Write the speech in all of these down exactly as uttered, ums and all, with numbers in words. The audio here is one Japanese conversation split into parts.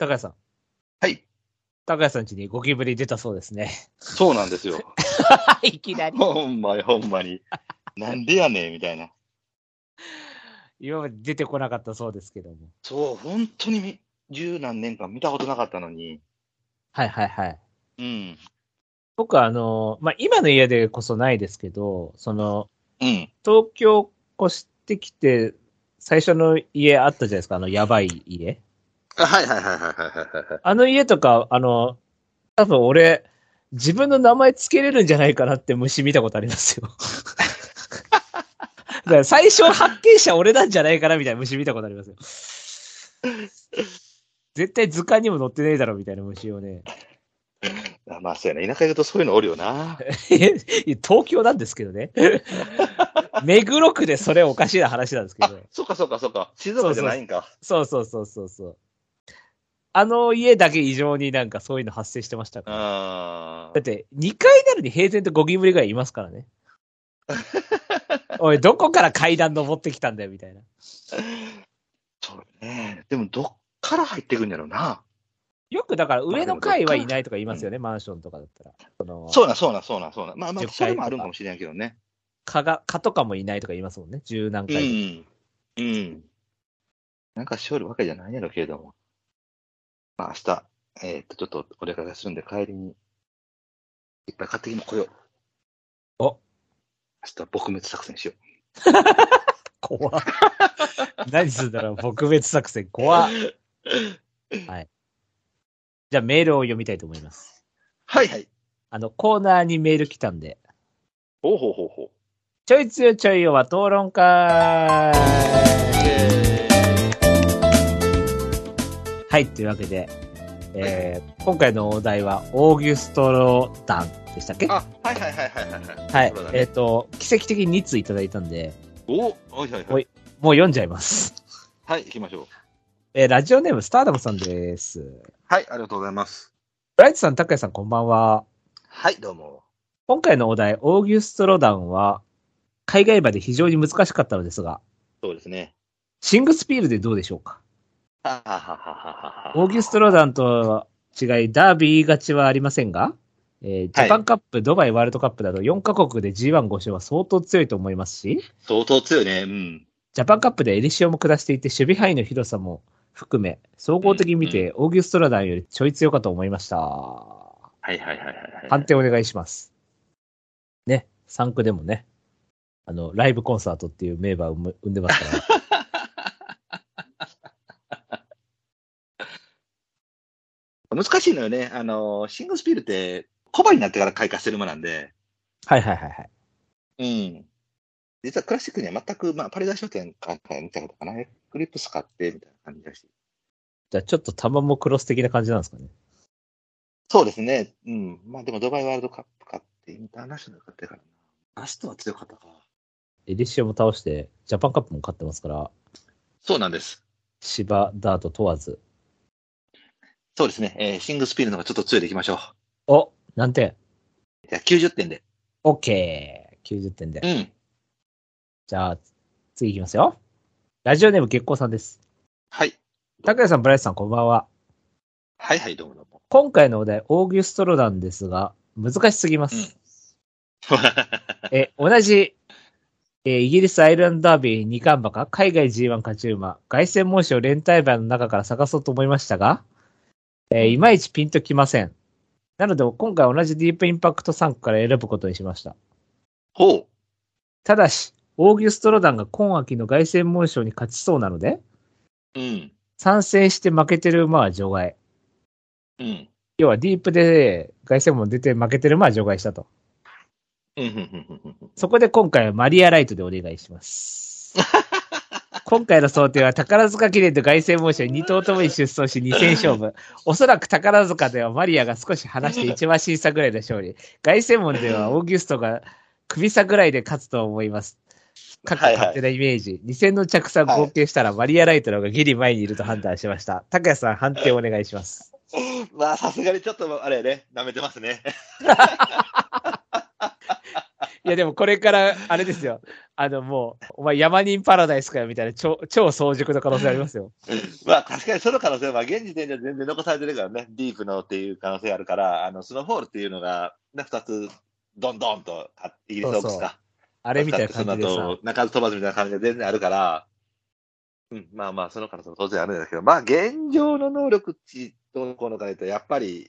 高谷さん。 はい。 高谷さん家にゴキブリ出たそうですね。 そうなんですよ。 いきなり。 ほんまに、ほんまに。なんでやねん、みたいな。 今まで出てこなかったそうですけども。 そう、本当に十何年間見たことなかったのに。 はいはいはい。 うん。 僕はあの、まあ、今の家でこそないですけど、その、 うん。 東京越してきて、最初の家あったじゃないですか、あの、やばい家。 はいはいはいはいはいはい。 あの家とか、あの、多分俺、自分の名前つけれるんじゃないかなって虫見たことありますよ。だから最初発見者俺なんじゃないかなみたいな虫見たことありますよ。絶対図鑑にも載ってねえだろみたいな虫をね。 まあ、そうやな。田舎行くとそういうのおるよな。 東京なんですけどね。目黒区でそれおかしいな話なんですけど。 そうかそうかそうか。静岡じゃないんか。 そうそうそうそうそう。あの家だけ異常になんかそういうの発生してましたから。 あだってにかいなのに平然とゴキブリぐらいいますからね。おい、どこから階段登ってきたんだよみたいな。 そうね。でも、どっから入ってくんやろうな。 よくだから上の階はいないとか言いますよね、マンションとかだったら。そのそうな、そうな、そうな、そうな。まあまあ、 じゅっかいそれもあるんかもしれないけどね。 蚊が、蚊とかもいないとか言いますもんね、十何う階とか。 ん。うん。なんかしおるわけじゃないやろうけれども。まあ、明日、えーっと、ちょっとお出かけするんで帰りに、いっぱい買ってきてこよう。 お、 明日、撲滅作戦しよう。 怖っ。何するんだろう、撲滅作戦、怖っ。はい。じゃあメールを読みたいと思います。 はいはい。 あの、コーナーにメール来たんで。 ほうほうほうほう。 ちょいつよちょいよは討論会。はい、というわけで、えー、今回のお題は、オーギュストロ団でしたっけ？ あ、はいはいはいはいはい。 はい。 ね、 えっ、ー、と、奇跡的にについただいたんで、 お、はいはいはい。 もう読んじゃいます。 はい、行きましょう。 えー、ラジオネームスターダムさんです。 はい、ありがとうございます。 ブライトさん、タカヤさん、こんばんは。 はい、どうも。 今回のお題、オーギュストロ団は、海外場で非常に難しかったのですが、 そうですね。 シングスピールでどうでしょうか？ はははははは。 オーギュストロ団と違い、ダービー勝ちはありませんが、えー、ジャパンカップ、はい、ドバイワールドカップなどよんカ国で ジーワンご 勝は相当強いと思いますし、 相当強いね。うん。 ジャパンカップでエリシオも下していて、守備範囲の広さも含め、総合的に見て、オーギュストラ団よりちょい強かと思いました。 はいはいはいはい。 判定お願いします。ね、さん区でもね、あの、ライブコンサートっていう名馬を生んでますから。 難しいのよね。あの、シングスピールって、コバになってから開花してる馬なんで。 はいはいはいはい。 うん。実はクラシックには全く、まあ、パリダ書店か見たことかな。エクリプス買って、みたいな感じだし。 じゃあちょっと玉もクロス的な感じなんですかね。 そうですね。うん。まあでもドバイワールドカップ買って、インターナショナル買ってからな。アストは強かったか。 エリシオも倒して、ジャパンカップも勝ってますから。 そうなんです。 芝、ダート問わず。 そうですね。えー、シングスピールの方がちょっと強いでいきましょう。 お、何点？ じゃあきゅうじゅってんで。 オッケー。きゅうじゅってんで。 うん。 じゃあ、次いきますよ。ラジオネーム月光さんです。 はい。 高谷さん、ブライトさん、こんばんは。 はいはい、どうもどうも。 今回のお題、オーギュストロ団ですが、難しすぎます。うん、え、同じ、えー、イギリスアイルランドダービーに冠馬か、海外 ジーワン 勝ち馬、凱旋門賞連帯馬の中から探そうと思いましたが、えー、いまいちピンときません。なので、今回同じディープインパクトさん区から選ぶことにしました。 ほう。 ただし、オーギュストロ団が今秋の凱旋門賞に勝ちそうなので、 うん。 参戦して負けてる馬は除外。 うん。 要はディープで凱旋門出て負けてる馬は除外したと。 うんうんうんうん、 そこで今回はマリアライトでお願いします。今回の想定は宝塚記念と凱旋門賞に頭ともに出走しに戦勝負。おそらく宝塚ではマリアが少し離していち馬審査ぐらいの勝利。凱旋門ではオーギュストが首差ぐらいで勝つと思います。各勝手なイメージ。はいはい、に戦の着差合計したらマリアライトの方がギリ前にいると判断しました。高谷さん判定お願いします。 まあさすがにちょっとあれね、舐めてますね。 いやでもこれから、あれですよ。あのもう、お前山人パラダイスかよみたいな超、超早熟の可能性ありますよ。 まあ確かにその可能性は、現時点では全然残されてるからね、ディープのっていう可能性があるから、あの、スノーフォールっていうのが、ね、二つ、どんどんと、イギリスオークスか。 あれみたいな感じでさ。 その後、中津飛ばずみたいな感じで全然あるから、うん、まあまあ、その可能性も当然あるんだけど、まあ現状の能力値とこのかと、やっぱり、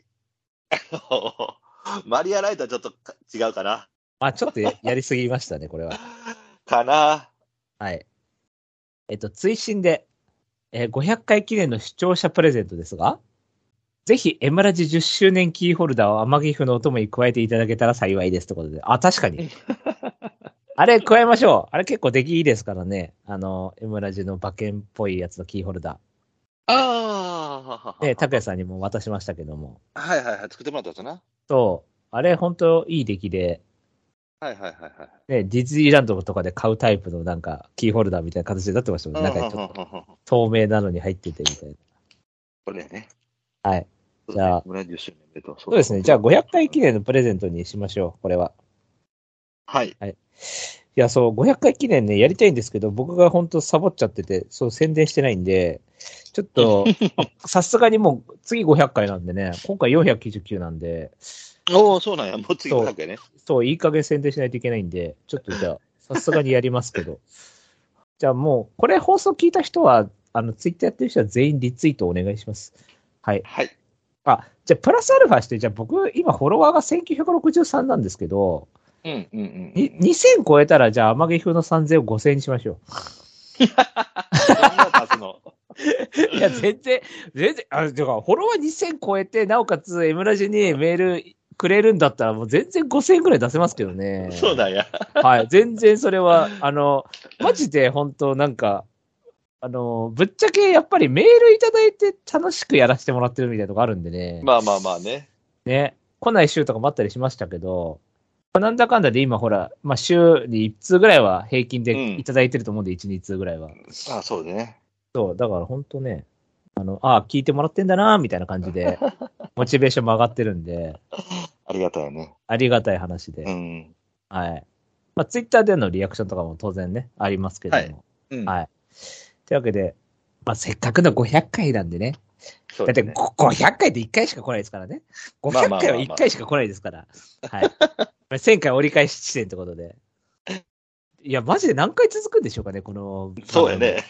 マリア・ライトはちょっと違うかな。 まあちょっと や, やりすぎましたね、これは。 かな。 はい。えっと、追伸で、えー、ごひゃっかい記念の視聴者プレゼントですが、ぜひ、エムラジじゅっしゅうねんキーホルダーを天城府のお供に加えていただけたら幸いですということで。あ、確かに。あれ加えましょう。あれ結構出来いいですからね。あの、エムラジの馬券っぽいやつのキーホルダー。 ああ。 で、拓也さんにも渡しましたけども。 はいはいはい。作ってもらったやつな。 そう。あれ本当いい出来で。 はいはいはいはい。 ね、ディズニーランドとかで買うタイプのなんかキーホルダーみたいな形でなってましたもんね。なんかちょっと透明なのに入っててみたいな。 これね。 はい。じゃあ、 そそうですね。じゃあごひゃっかい記念のプレゼントにしましょう。これは。 はい。 はい。いや、そう、ごひゃっかい記念ね、やりたいんですけど、僕が本当サボっちゃってて、そう宣伝してないんで、ちょっと、さすがにもう次ごひゃっかいなんでね、今回よんひゃくきゅうじゅうきゅうなんで。 おー、そうなんや。もう次ごひゃくやね。 そう、そう、いい加減宣伝しないといけないんで、ちょっとじゃあ、さすがにやりますけど。じゃあもう、これ放送聞いた人は、あの、ツイッターやってる人は全員リツイートお願いします。はい。 はい。 あ、じゃあプラスアルファして、じゃあ僕、今フォロワーがせんきゅうひゃくろくじゅうさんなんですけど、 うんうんうん、 ににせん超えたら、じゃあ天城風のさんぜんをごせんにしましょう。 そんな出すのいや、全然、全然、あ、だからフォロワーにせん超えて、なおかつ、エムラジにメールくれるんだったら、もう全然ごせんえんぐらい出せますけどね。 そうだや。 はい、全然それは、あの、マジで本当なんか、あの、ぶっちゃけやっぱりメールいただいて楽しくやらせてもらってるみたいなとこあるんでね。 まあまあまあね。 ね。来ない週とかもあったりしましたけど、なんだかんだで今ほら、まあ、週にいっつうぐらいは平均でいただいてると思うんで、うん、いち、に通ぐらいは。 ああ、そうね。 そう、だから本当ね、あの、ああ、聞いてもらってんだな、みたいな感じで、モチベーションも上がってるんで。 ありがたいね。 ありがたい話で。 うん。 はい。まあ、ツイッターでのリアクションとかも当然ね、ありますけども。はい。うん、はい。というわけで、まあ、せっかくのごひゃっかいなんでね。だってごひゃっかいっていっかいしか来ないですからね。ごひゃっかいはいっかいしか来ないですから。はい。せんかい折り返し地点ってことで。いや、マジで何回続くんでしょうかね、この。 そうやね。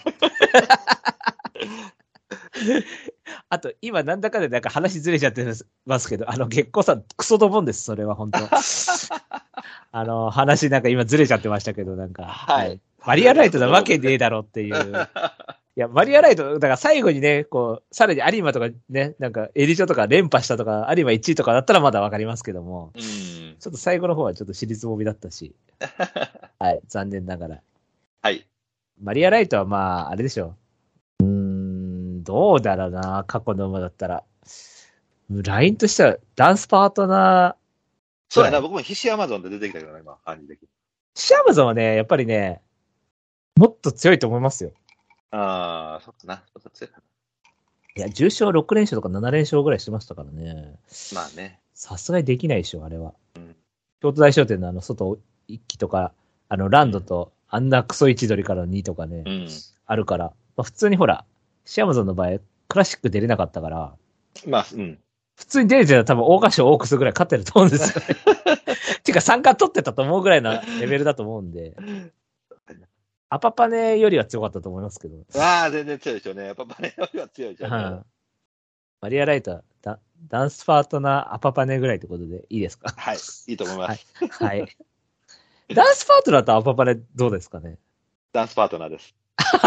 あと、今、なんだかでなんか話ずれちゃってますけど、あの、月光さん、クソと思うんです、それは本当。あの、話なんか今ずれちゃってましたけど、なんか。 はい。 マリアライトなわけねえだろっていう。いや、マリアライト、だから最後にね、こう、さらに有馬とかね、なんかエディションとか連覇したとか、有馬いちいとかだったらまだわかりますけども、うん、ちょっと最後の方はちょっと尻つぼみだったし、はい、残念ながら。 はい。 マリアライトはまあ、あれでしょう。うーん、どうだろうな、過去の馬だったら。ラインとしては、ダンスパートナー。 そうやな、僕も必死アマゾンで出てきたけどな、今、感じ的に。 必死アマゾンはね、やっぱりね、もっと強いと思いますよ。 ああ、そっかな。そっか強いかな。 いや、重賞ろくれんしょうとかななれんしょうぐらいしてましたからね。 まあね。 さすがにできないでしょ、あれは。うん、京都大商店のあの、外一機とか、あの、ランドと、あんなクソ一取りからのにとかね、うん、あるから、まあ、普通にほら、シアマゾンの場合、クラシック出れなかったから、 まあ、うん。 普通に出れてたら多分、桜花賞オークスぐらい勝ってると思うんですよね。てか、参加取ってたと思うぐらいなレベルだと思うんで。アパパネよりは強かったと思いますけど。 ああ、全然強いでしょうね。アパパネよりは強いでしょうね。うん、 マリアライトはダ、ダンスパートナーアパパネぐらいってことでいいですか？ はい、いいと思います。 はい。はい、ダンスパートナーとアパパネどうですかね？ ダンスパートナーです。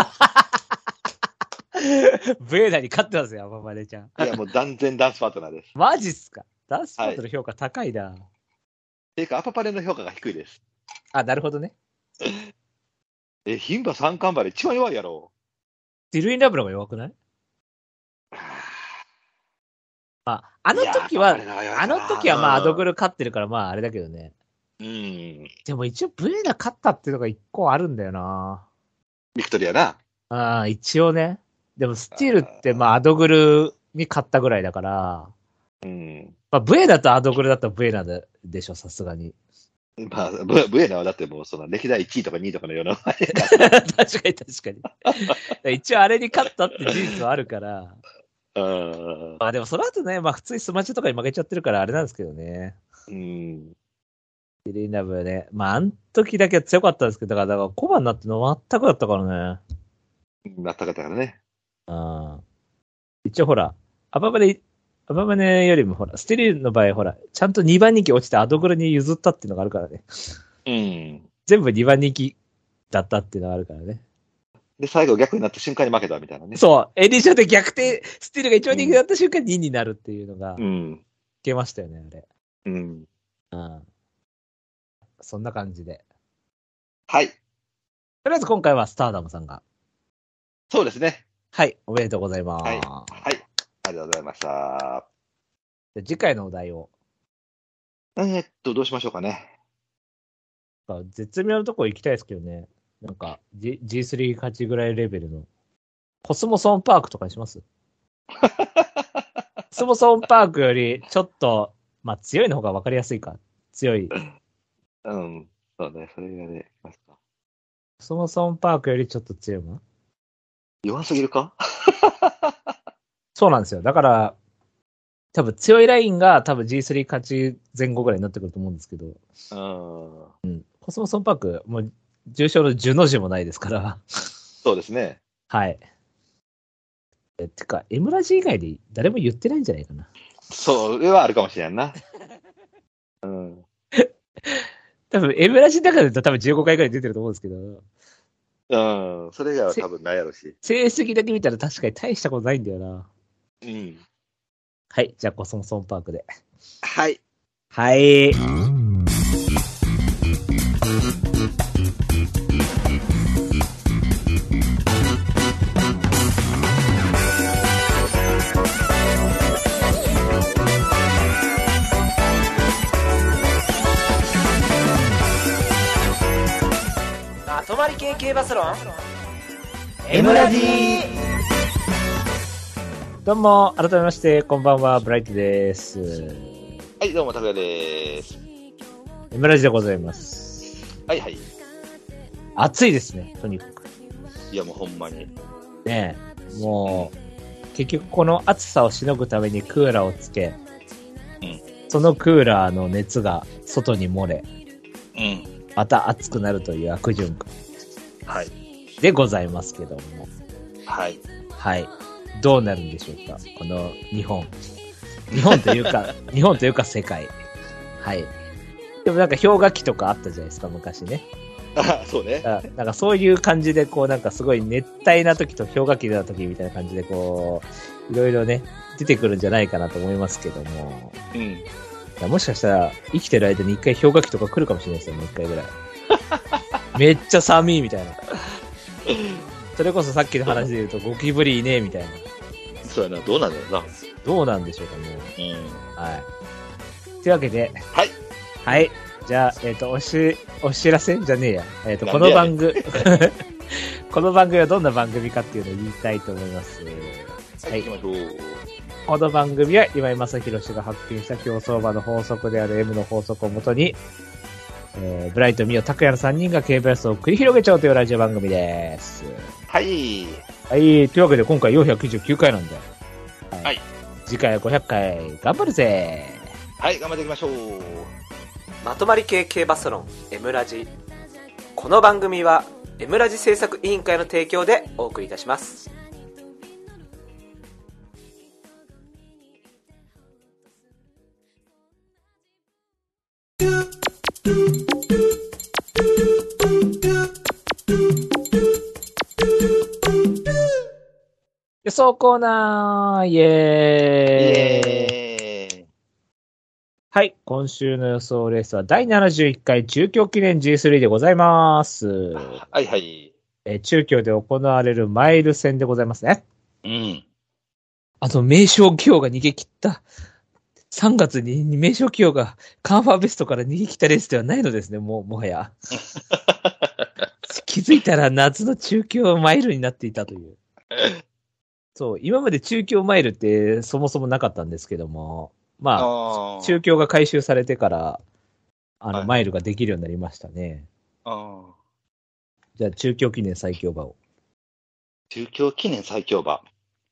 ブエーナに勝ってますよ、アパパネちゃん。 いや、もう断然ダンスパートナーです。 マジっすか？ダンスパートの評価高いな。はい、 ていうか、アパパネの評価が低いです。 あ、なるほどね。 え、牝馬三冠馬で一番弱いやろ。 ディルインラブの方が弱くない？まあ、あの時は、あの時はまあ、アドグル勝ってるからまあ、あれだけどね。 うん。 でも一応、ブエーナ勝ったっていうのが一個あるんだよな。 ビクトリアな。 ああ、一応ね。でも、スティールってまあ、アドグルに勝ったぐらいだから、うん。まあ、ブエーナとアドグルだったらブエーナででしょ、さすがに。 まあ、ブブエナはだってもう、その歴代いちいとかにいとかのような。 確かに確かに。一応あれに勝ったって事実はあるから。 うん。 まあでもその後ね、まあ普通にスマッチとかに負けちゃってるからあれなんですけどね。 うん。 セリーナブね。まああの時だけは強かったんですけど、だから、だからコバになっての全くだったからね。 なったかったからね。 うん。一応ほら、アババネ、アババネよりもほら、ステリーの場合ほら、ちゃんとにばん人気落ちてアドグルに譲ったっていうのがあるからね。 うん。 全部にばん人気だったっていうのがあるからね。 で、最後逆になった瞬間に負けたみたいなね。 そう。エディションで逆転、スティールがいちばん人気だった瞬間ににになるっていうのが、 うん。 いけましたよね、あれ。 うん。 うん。そんな感じで。 はい。 とりあえず今回はスターダムさんが。 そうですね。 はい。おめでとうございます。 はい。はい。ありがとうございました。 じゃあ次回のお題を。 えー、っと、どうしましょうかね。 絶妙なとこ行きたいですけどね。なんか、G、ジースリー 勝ちぐらいレベルの。コスモソンパークとかにしますコスモソンパークよりちょっと、まあ強いの方が分かりやすいか。強い。 うん。そうね。それがね、いますか。 コスモソンパークよりちょっと強いもん。 弱すぎるかそうなんですよ。だから、多分強いラインが多分 ジースリー 勝ち前後ぐらいになってくると思うんですけど。うん。コスモソンパーク、もう重賞のじゅの字もないですから。 そうですね。 はい。え、てか、エムラジ以外で誰も言ってないんじゃないかな。 それはあるかもしれんな。うん。 多分、エムラジの中で多分じゅうごかいぐらい出てると思うんですけど。 うん。それ以外は多分ないやろし。 成績だけ見たら確かに大したことないんだよな。 うん。 はい。じゃあ、コスモソンパークで。 はい。 はい。まとまり系系バスロン M ラジどうも、改めまして、こんばんは、ブライトです。 はい、どうも、たくやです。 エムラジでございます。 はいはい。 暑いですね、とにかく。 いや、もうほんまに。 ねえ、もう、結局この暑さをしのぐためにクーラーをつけ、 うん、 そのクーラーの熱が外に漏れ、 うん、 また暑くなるという悪循環。 はい。 でございますけども。 はい。 はい。どうなるんでしょうか、この日本。日本というか、日本というか世界。はい。でもなんか氷河期とかあったじゃないですか、昔ね。 あ、そうね。 あ、なんかそういう感じで、こうなんかすごい熱帯な時と氷河期な時みたいな感じで、こう、いろいろね、出てくるんじゃないかなと思いますけども。 うん。 いやもしかしたら、生きてる間に一回氷河期とか来るかもしれないですよね、一回ぐらい。めっちゃ寒いみたいな。それこそさっきの話で言うと、ゴキブリいねえみたいな。 そうやな、どうなんだろうな。 どうなんでしょうかね。 うん。 はい。というわけで、 はい。 はい。じゃあ、えっ、ー、と、おし、お知らせじゃねえや。えっ、ー、と、この番組、この番組はどんな番組かっていうのを言いたいと思います。 はい。行きましょう。 この番組は今井正弘氏が発見した競走馬の法則である M の法則をもとに、えー、ブライト、ミオ、タクヤのさんにんが競馬予想を繰り広げちゃおうというラジオ番組です。 はい。 はい。というわけで今回よんひゃくきゅうじゅうきゅうかいなんで。はい。 はい、 次回はごひゃっかい頑張るぜ。 はい、頑張っていきましょう。 まとまり系系バスロン M ラジ。この番組は M ラジ制作委員会の提供でお送りいたします。 予想コーナーイエーイ、イエーイ。はい。今週の予想レースはだいななじゅういっかい中京記念 ジースリー でございます。 はいはい。 えー、中京で行われるマイル戦でございますね。 うん。 あと、名称企業が逃げ切った。さんがつに名称企業がカンファーベストから逃げ切ったレースではないのですね、もう、もはや。気づいたら夏の中京マイルになっていたという。そう、今まで中京マイルってそもそもなかったんですけども、まあ、あ中京が回収されてから、 あの、 はいマイルができるようになりましたね。 ああ。 じゃあ、中京記念最強馬を。 中京記念最強馬。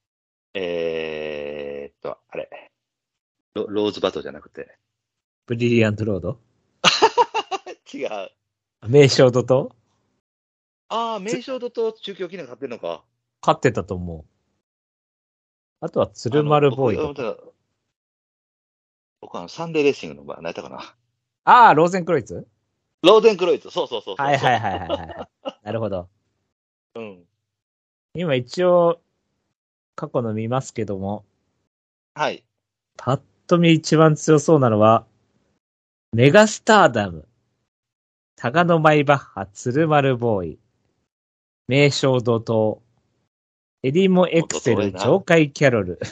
えーっと、あれ。ロローズバトじゃなくて。 ブリリアントロード違う。 名称度とああ、名称度と中京記念買ってんのか。 勝ってたと思う。あとは、 あ鶴の丸ボーイとか。 僕僕僕あの、サンデーレーシングの馬、何やったかな。 ああ、ローゼンクロイツローゼンクロイツ。そうそうそうそう。 はいはいはいはいはいはい。なるほど。 うん。 今一応、過去の見ますけども、 はい。 パッと見一番強そうなのは、メガスターダム、タガノマイバッハ、鶴丸ボーイ、名称怒涛、エリモエクセル、 怒涛やな上海キャロル。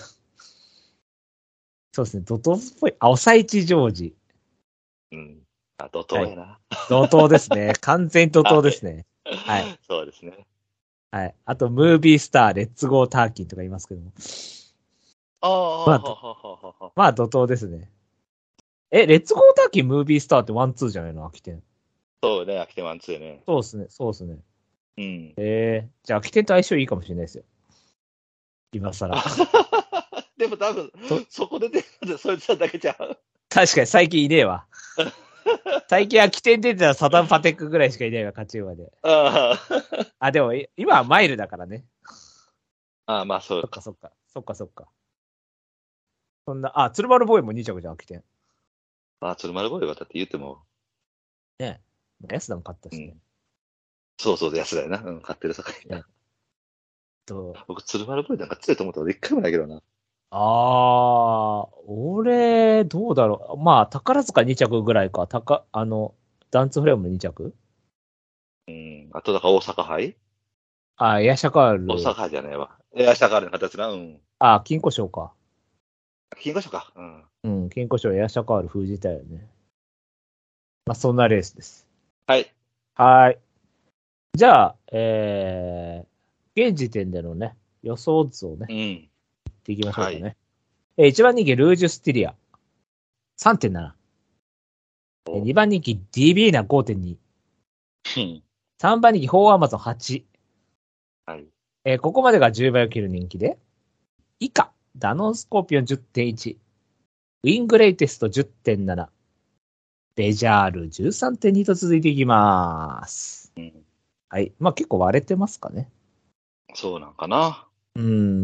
そうですね、怒涛っぽい。あ、おさいちジョージ。 うん。あ、怒涛やな。 怒涛ですね。完全に怒涛ですね。はい。 そうですね。 はい。あと、ムービースター、レッツゴーターキンとか言いますけども。 ああ、 まあははははは。 まあ、怒涛ですね。え、レッツゴーターキン、ムービースターってワンツーじゃないの秋天。 そうね、秋天ワンツーね。 そうですね、そうですね。 うん。 えー、じゃあ、秋天と相性いいかもしれないですよ。今更。 でも多分、そこで出るので、そいつらだけちゃう。 確かに最近いねえわ。最近秋天出てたらサダンパテックぐらいしかいないわ、勝ち馬で。 ああ、でも、い今はマイルだからね。 あ、あまあそうか。 そっかそっか。そっかそっか。そんな、あ、鶴丸ボーイもに着じゃん、秋天。 まあ、鶴丸ボーイはだって言っても、 ねえ。安田も勝ったしね。 うんそうそう、安だよな。うん、買ってる境に。 ねと、 僕、鶴丸ボーイなんか強いと思ったこと一回もないけどな。 あー、俺、どうだろう。まあ、宝塚に着ぐらいか。たか、あの、ダンツフレームに着うん。あと、だから大阪杯あ、エアシャカール。 大阪杯じゃないわ。エアシャカールの形な。うん。 あ、金庫賞か。 金庫賞か。うん。 うん、金庫賞エアシャカール封じたよね。まあ、そんなレースです。 はい。 はーい。じゃあ、えー、現時点でのね、予想図をね、 うん。 言っていきましょうかね。 はいえー、いちばん人気、ルージュスティリア。さんてんなな。えーにばん人気、ディビーナ ごてんに。 うん。 さんばん人気、フォーアマゾンはち。 はい。 えーここまでがじゅうばいを切る人気で、以下、ダノンスコーピオン じゅってんいち。ウィングレイテスト じゅってんなな。ベジャール じゅうさんてんに と続いていきます。 うん。 はい。まあ結構割れてますかね。 そうなんかな。 うん、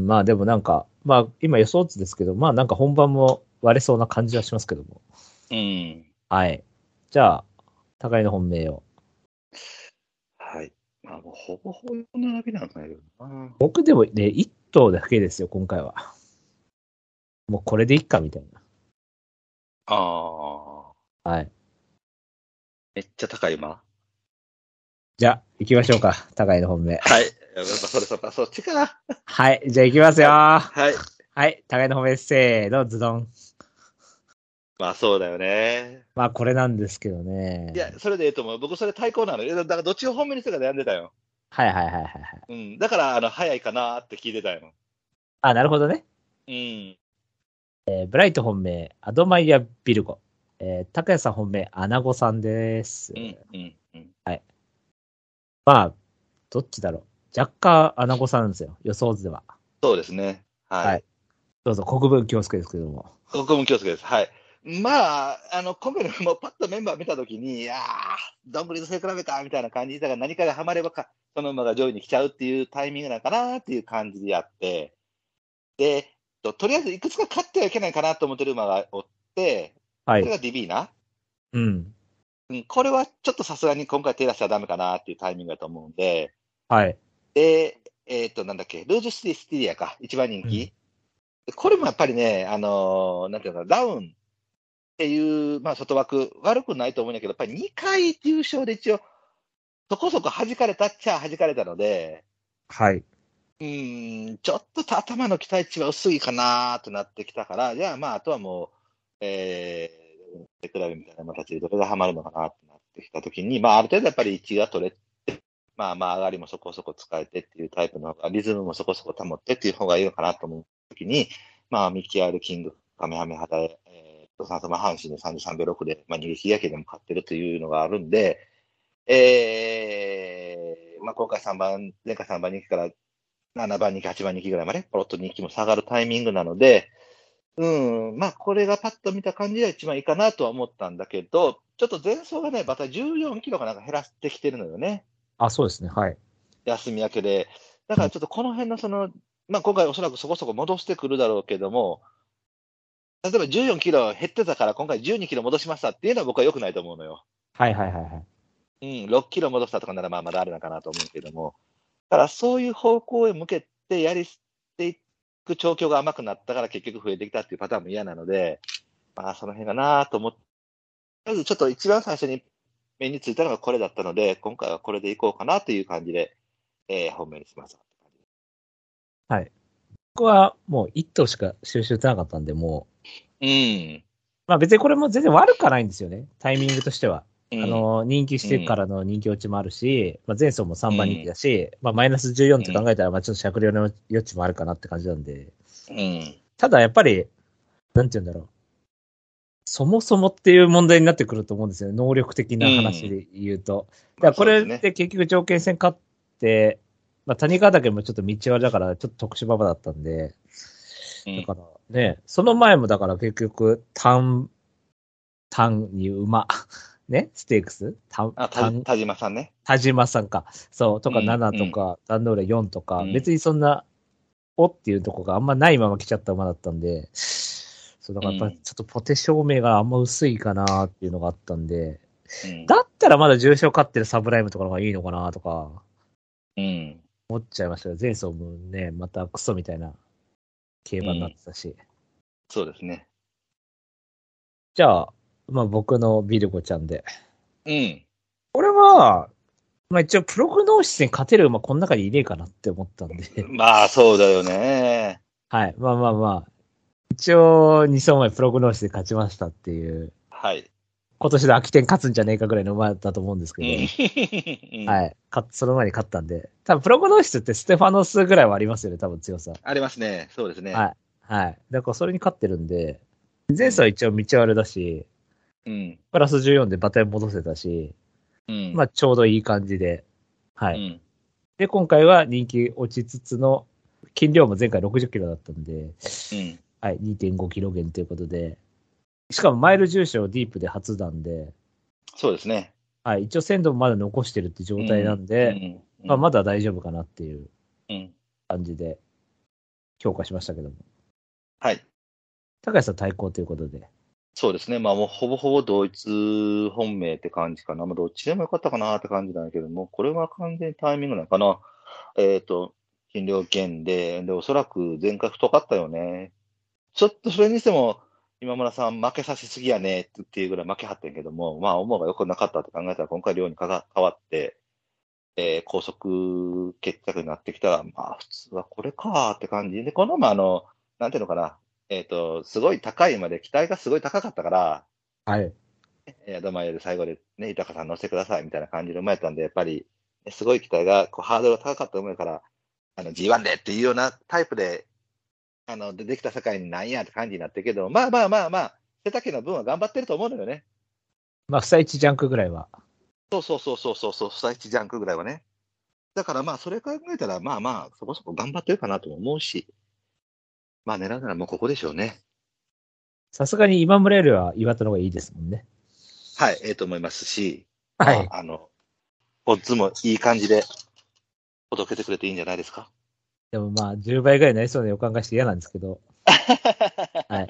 まあでもなんか、まあ今予想図ですけど、まあなんか本番も割れそうな感じはしますけども。 うん。 はい。じゃあ、高いの本命を。 はい。まあ、もうほぼほぼ並びなんだけどな。 僕でもね、いっ頭だけですよ、今回は。もうこれでいっかみたいな。 ああ。 はい。 めっちゃ高い馬。 じゃあ、行きましょうか。高いの本命。 はい。やっぱそれそっか、そっちかな。 はい。じゃあ行きますよ。ははい。 い。高いの本命、せーの、ズドン。 まあそうだよね。 まあこれなんですけどね。 いや、それでいいと思う。僕それ対抗なのよ。だからどっちを本命にするか悩んでたよ。 はいはいはいはいはい。 うん。だから、あの、早いかなって聞いてたよ。 あ、なるほどね。 うん。 えーブライト本命、アドマイヤ・ビルゴ。えー、高谷さん本命、アナゴさんです。 うん。うん。うん。 まあ、どっちだろう。若干、アナゴさんですよ。予想図では。 そうですね。はい。 はいどうぞ、国分京介ですけども。 僕も気をつけです。はい。まあ、あの、今回のもうパッとメンバー見たときに、いやー、どんぐりと背比べか、みたいな感じだから何かがハマればか、その馬が上位に来ちゃうっていうタイミングなのかなっていう感じであって、で、ととりあえずいくつか勝ってはいけないかなと思ってる馬がおって、 はい。 それがディビーナ。 うん。 うん、これはちょっとさすがに今回手出したらダメかなっていうタイミングだと思うんで、 はい。 で、えっ、と、なんだっけ、ルージュスティスティリアか、一番人気。 うんこれもやっぱりね、あのーなんていうのかな、ダウンっていう、まあ、外枠、悪くないと思うんだけど、やっぱりにかい優勝で一応、そこそこ弾かれたっちゃ弾かれたので、 はい。 うーん、ちょっと頭の期待値は薄いかなとなってきたから、じゃあ、まあ、あとはもう、えー、比べみたいな形でどれがハマるのかなってなってきたときに、まあ、ある程度やっぱり位置が取れて、まあまあ、上がりもそこそこ使えてっていうタイプの方が、リズムもそこそこ保ってっていう方がいいのかなと思うときに、まあ、ミキアール・キング、カメハメハタ、えその後まあ阪神のさんじゅうさんびょうろくで、まあ、逃げ切り野球でも勝ってるというのがあるんで、えー、まあ今回さんばん、前回さんばん人気からななばん人気、はちばん人気ぐらいまで、ポロッと人気も下がるタイミングなので、うん、まあこれがパッと見た感じでは一番いいかなとは思ったんだけど、ちょっと前走がね、またじゅうよんキロかなんか減らしてきてるのよね。 あ、そうですね。はい。 休み明けで。だからちょっとこの辺のその、まあ今回おそらくそこそこ戻してくるだろうけども、例えばじゅうよんキロ減ってたから今回じゅうにキロ戻しましたっていうのは僕は良くないと思うのよ。 はいはいはいはい。 うん、ろっキロ戻したとかならまあまだあるのかなと思うけども。だからそういう方向へ向けてやりしていく調教が甘くなったから結局増えてきたっていうパターンも嫌なので、まあその辺かなと思って、まずちょっと一番最初に目についたのがこれだったので、今回はこれでいこうかなという感じで、えー、本命にします。 はい。僕はもう一頭しか収集してなかったんで、もう。うん。 まあ別にこれも全然悪くはないんですよね。タイミングとしては。 うん、 あの、人気してからの人気落ちもあるし、うん、まあ前走もさんばん人気だし、うん、まあマイナスじゅうよんって考えたら、まあちょっと酌量の余地もあるかなって感じなんで。 うん。 ただやっぱり、なんて言うんだろう。そもそもっていう問題になってくると思うんですよね。能力的な話で言うと。うん、だからこれって結局条件戦勝って、まあ谷川岳もちょっと道割りだからちょっと特殊馬場だったんで、だからね、その前もだから結局単、単に馬。ねステークスた、 あ、た、田島さんね。 田島さんか。そう、とかななとか、壇ノ浦よんとか、うん、別にそんな、おっていうとこがあんまないまま来ちゃった馬だったんで、そう、だからやっぱりちょっとポテ証明があんま薄いかなっていうのがあったんで、うん、だったらまだ重賞勝ってるサブライムとかの方がいいのかなとか、うん。思っちゃいましたよ。前走もね、またクソみたいな競馬になってたし。うん、 そうですね。 じゃあ、まあ僕のビルゴちゃんで。 うん。 これは、まあ一応プログノーシスに勝てる馬この中にいねえかなって思ったんで。 まあそうだよね。 はい。まあまあまあ。一応に走前プログノーシスで勝ちましたっていう。 はい。 今年で秋天勝つんじゃねえかぐらいの馬だと思うんですけど。うん、はい。かその前に勝ったんで。多分プログノーシスってステファノスぐらいはありますよね。多分強さ。 ありますね。そうですね。 はい。はい。だからそれに勝ってるんで、前走は一応道悪だし、うん。プラスじゅうよんで馬体戻せたし、うん。まあちょうどいい感じで。はい。うん、で、今回は人気落ちつつの、斤量も前回ろくじゅっキロだったんで、うん。はい。にてんごキロ減ということで、しかもマイル重賞ディープで初なんで、 そうですね。 はい。一応鮮度もまだ残してるって状態なんで、うんうんうん、まあまだ大丈夫かなっていう感じで評価しましたけども。 はい。 高橋さん対抗ということで。 そうですね。まあもうほぼほぼ同一本命って感じかな。まあどっちでもよかったかなって感じなんだけども、これは完全にタイミングなのかな。えっ、ー、と、斤量減で、で、おそらく前回太かったよね。ちょっとそれにしても、今村さん負けさせすぎやねっていうぐらい負けはってんけども、まあ思うが良くなかったって考えたら今回量にかが変わって、えー、高速決着になってきたら、まあ普通はこれかーって感じで、このままあの、なんていうのかな、えっ、ー、と、すごい高いまで期待がすごい高かったから、 はい。 えー、どまより最後でね、豊さん乗せてくださいみたいな感じで生まれたんで、やっぱり、ね、すごい期待が、こう、ハードルが高かった思うから、あの、ジーワン でっていうようなタイプで、あの、出てきた世界になんやって感じになってるけど、まあまあまあまあ、背丈の分は頑張ってると思うのよね。 まあ、ふさいちジャンクぐらいは。 そうそうそうそうそう、ふさいちジャンクぐらいはね。だからまあ、それ考えたら、まあまあ、そこそこ頑張ってるかなと思うし、まあ狙うならもうここでしょうね。さすがに今村よりは岩田の方がいいですもんね。 はい、ええと思いますし、 はい。 まあ、あの、オッズもいい感じで届けてくれていいんじゃないですか。 でもまあ、じゅうばいぐらいになりそうな予感がして嫌なんですけど。はい。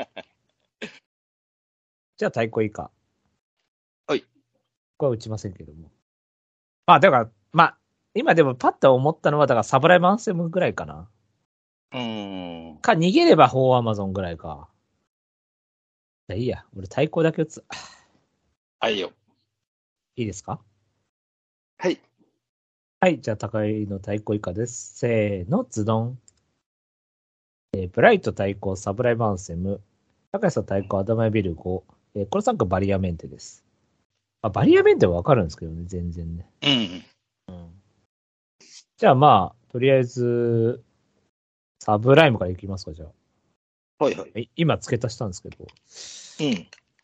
じゃあ、対抗以下。 はい。 ここは打ちませんけども。まあ、だから、まあ、今でもパッと思ったのは、だからサブライブアンセムぐらいかな。 うーん。 か、逃げればフォーアマゾンぐらいか。いや、いいや。俺対抗だけ打つ。 はいよ。 いいですか？ はい。 はい。じゃあ、高いの対抗以下です。せーの、ズドン。えー、ブライト対抗、サブライブアンセム。高橋さん対抗、アダマイビルゴ。えー、これさんかバリアメンテです。あ、バリアメンテはわかるんですけどね、全然ね。 うん。うん、 じゃあまあ、とりあえず、サブライムからいきますか、じゃあ。 はいはい。 今付け足したんですけど。 うん。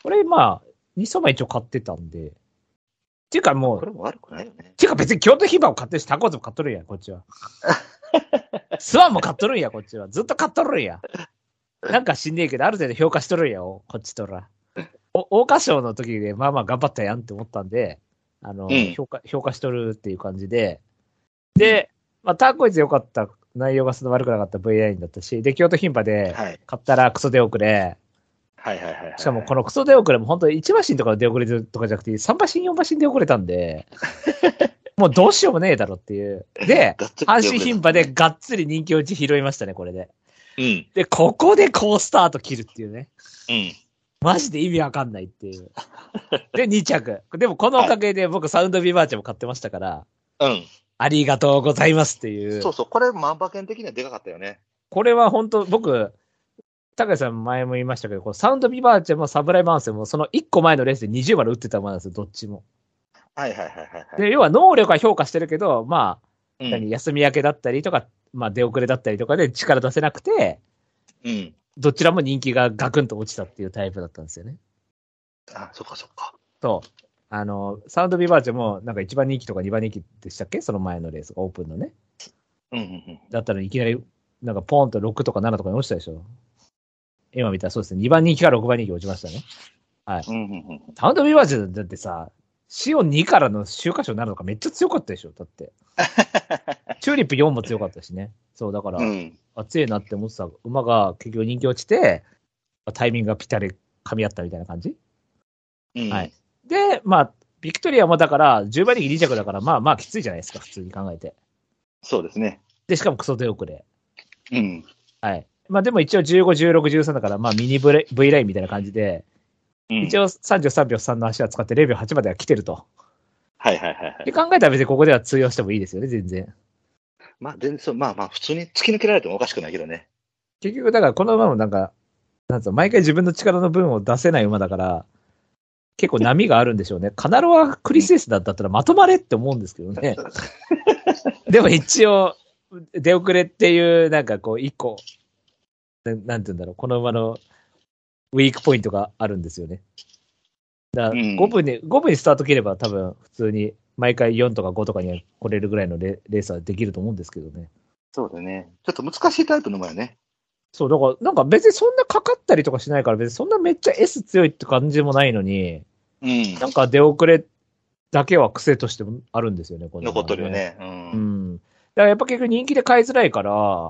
これまあ、に走馬一応買ってたんで。っていうかもう、 これも悪くないよね。 っていうか別に京都牝馬を買ってるし、タコーズも買っとるんや、こっちは。スワンも買っとるんや、こっちは。ずっと買っとるんや。なんか知んねえけど、ある程度評価しとるんや、こっちとら。お、桜花賞の時で、まあまあ頑張ったやんって思ったんで、あの、うん、評価、評価しとるっていう感じで。で、まあ、ターコイズ良かった。内容がそんな悪くなかった ブイナイン だったし、で、京都牝馬で、買ったらクソ出遅れ。 はいはいはい、はい。 しかもこのクソ出遅れも本当にいち馬身とかの出遅れとかじゃなくて、さん馬身、よん馬身出遅れたんで、もうどうしようもねえだろっていう。で、阪神牝馬でがっつり人気落ち拾いましたね、これで。 うん。 で、ここで好スタート切るっていうね。 うん。 マジで意味わかんないっていう。で、に着。でもこのおかげで僕サウンドビバーチェも買ってましたから、 うん。 ありがとうございますっていう。 そうそう、これ万馬券的にはでかかったよね。 これは本当僕、高橋さん前も言いましたけど、このサウンドビバーチェもサブライマンセもそのいっこまえのレースでにじゅうまで打ってた馬なんですよ、どっちも。 はいはいはいはい、はい。 で、要は能力は評価してるけど、まあ、 うん、 何休み明けだったりとか、まあ出遅れだったりとかで力出せなくて、 うん。 どちらも人気がガクンと落ちたっていうタイプだったんですよね。 あ、そっかそっか。 そう。あの、サウンドビバーチェも、なんかいちばん人気とかにばん人気でしたっけその前のレース、オープンのね。 うんうんうん。 だったらいきなり、なんかポーンとろくとかななとかに落ちたでしょ。今見たらそうですね。にばん人気からろくばん人気落ちましたね。はい。 うんうんうん、 サウンドビバーチェだってさ、シオンにからの週刊賞になるのかめっちゃ強かったでしょ。だって。チューリップよんも強かったしね。そう、だから、うん、熱いなって思ってた馬が結局人気落ちて、タイミングがぴったり噛み合ったみたいな感じ、 うん、 はい。で、まあ、ビクトリアもだから、じゅうばん人気に着だから、まあまあきついじゃないですか、普通に考えて。 そうですね。 で、しかもクソ出遅れ。 うん。 はい。まあでも一応じゅうご、じゅうろく、じゅうさんだから、まあミニ V ラインみたいな感じで、うん、一応さんじゅうさんびょうさんの足は使ってれいびょうはちまでは来てると。 はいはいはい、はい。 で考えたら別にここでは通用してもいいですよね、全然。 まあ全然そう、まあまあ普通に突き抜けられてもおかしくないけどね。 結局だからこの馬もなんか、なんつうの、毎回自分の力の分を出せない馬だから、結構波があるんでしょうね。カナロア・クリスエスだったらまとまれって思うんですけどね。でも一応、出遅れっていう、なんかこう、一個、な, なんて言うんだろう、この馬のウィークポイントがあるんですよね。だからごぶに、ごぶにスタート切れば多分普通に毎回よんとかごとかには来れるぐらいの レ, レースはできると思うんですけどね。 そうだね。ちょっと難しいタイプの馬よね。 そう、だから、なんか別にそんなかかったりとかしないから、別にそんなめっちゃ S 強いって感じもないのに、 うん、 なんか出遅れだけは癖としてもあるんですよね、この、ね。 残ってるよね。うん。 うん。だからやっぱ結局人気で買いづらいから、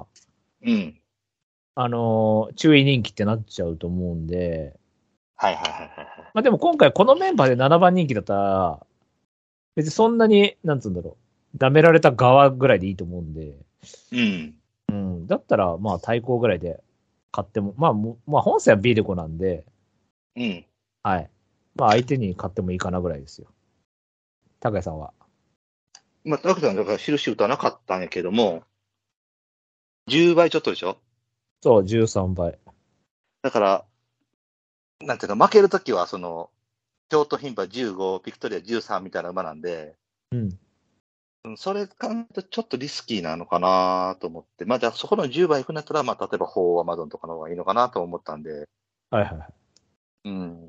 うん。 あのー、注意人気ってなっちゃうと思うんで。 はいはいはいはい。 まあでも今回このメンバーでななばん人気だったら、別にそんなに、なんつうんだろう、舐められた側ぐらいでいいと思うんで。 うん。 うん。だったら、まあ対抗ぐらいで買っても、まあ、まあ本線はビールコなんで、 うん。 はい。まあ相手に買ってもいいかなぐらいですよ。高谷さんは。 まあ、高谷さんだから印打たなかったんやけども、じゅうばいちょっとでしょ？ そう、じゅうさんばい。 だから、なんていうか、負けるときは、その、京都牝馬じゅうご、ビクトリアじゅうさんみたいな馬なんで、 うん。 それ考えるとちょっとリスキーなのかなと思って、まあじゃあそこのじゅうばい行くんだったら、まあ例えばフォーアマゾンとかの方がいいのかなと思ったんで。 はいはいはい。 うん。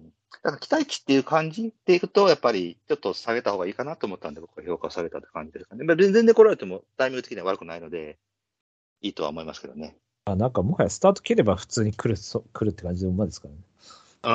だから期待値っていう感じでいくと、やっぱりちょっと下げた方がいいかなと思ったんで、僕は評価を下げたって感じですかね。まあ、全然来られてもタイミング的には悪くないので、いいとは思いますけどね。 あ、なんかもはやスタート切れば普通に来る、そ来るって感じの馬ですからね。 うん。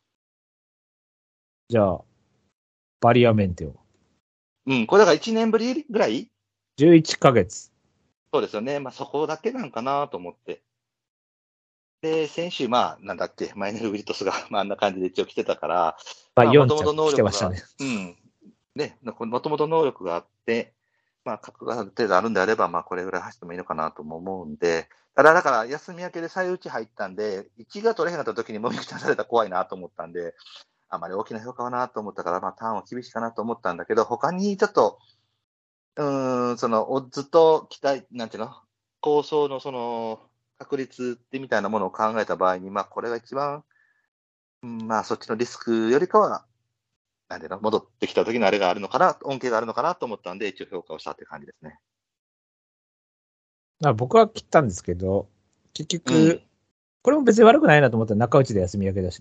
じゃあ、バリアメンテを。 うん、これだからいちねんぶりぐらい ? じゅういっかげつ。 そうですよね。まあそこだけなんかなと思って。で、先週、まあ、なんだっけ、マイネル・ウィルトスが、まあ、あんな感じで一応来てたから、 まあ、 もともと能来てましたね。 うん。ね、もともと能力があって、まあ、格がある程度あるんであれば、まあ、これぐらい走ってもいいのかなとも思うんで、ただ、だから、休み明けで最打ち入ったんで、いちが取れへんかった時にもみくちゃされたら怖いなと思ったんで、あまり大きな評価はなと思ったから、まあ、ターンは厳しいかなと思ったんだけど、他にちょっと、うーん、その、オッズと期待、なんていうの構想のその、確率ってみたいなものを考えた場合に、まあ、これが一番、うん、まあ、そっちのリスクよりかは、なんていうの、戻ってきた時のあれがあるのかな、恩恵があるのかなと思ったんで、一応評価をしたって感じですね。 あ、僕は切ったんですけど、結局、うん、これも別に悪くないなと思ったら中内で休み明けだしね。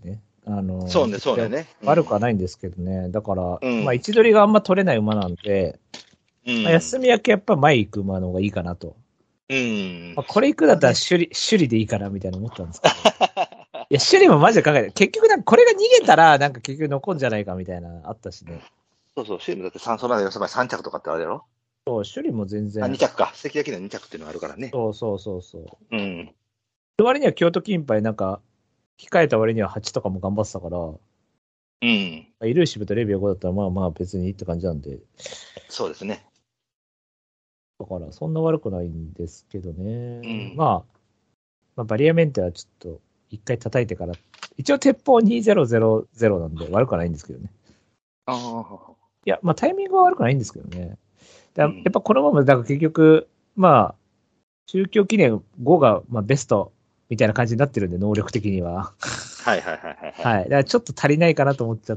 あの、 そうね、そうだよね。 悪くはないんですけどね。だから、 うんまあ、位置取りがあんま取れない馬なんで、 うんまあ、休み明けやっぱ前行く馬の方がいいかなと。 うんまあ、これ行くだったら首里、首里でいいかなみたいな思ったんですけど。いや、首里もマジで考えて、結局なんかこれが逃げたら、なんか結局残んじゃないかみたいな、あったしね。 そうそう、シームだってさん走までよさまでさん着とかってあれやろそう、首里も全然。 あ、に着か。関崎のに着っていうのがあるからね。 そうそうそうそう。 うん。 割には京都金杯なんか、控えた割にははちとかも頑張ってたから、 うん。 イルーシブとレビオごだったらまあまあ別にいいって感じなんで。 そうですね。 だからそんな悪くないんですけどね。 うんまあ、まあ、バリアメンテはちょっと一回叩いてから、一応鉄砲にせんなんで悪くはないんですけどね。 ああ。 いや、まあタイミングは悪くないんですけどね。だうんやっぱこのまま、だから結局、まあ、中京記念ごがまあベストみたいな感じになってるんで、能力的には。 はいはいはいはい。 はい。だからちょっと足りないかなと思っちゃって、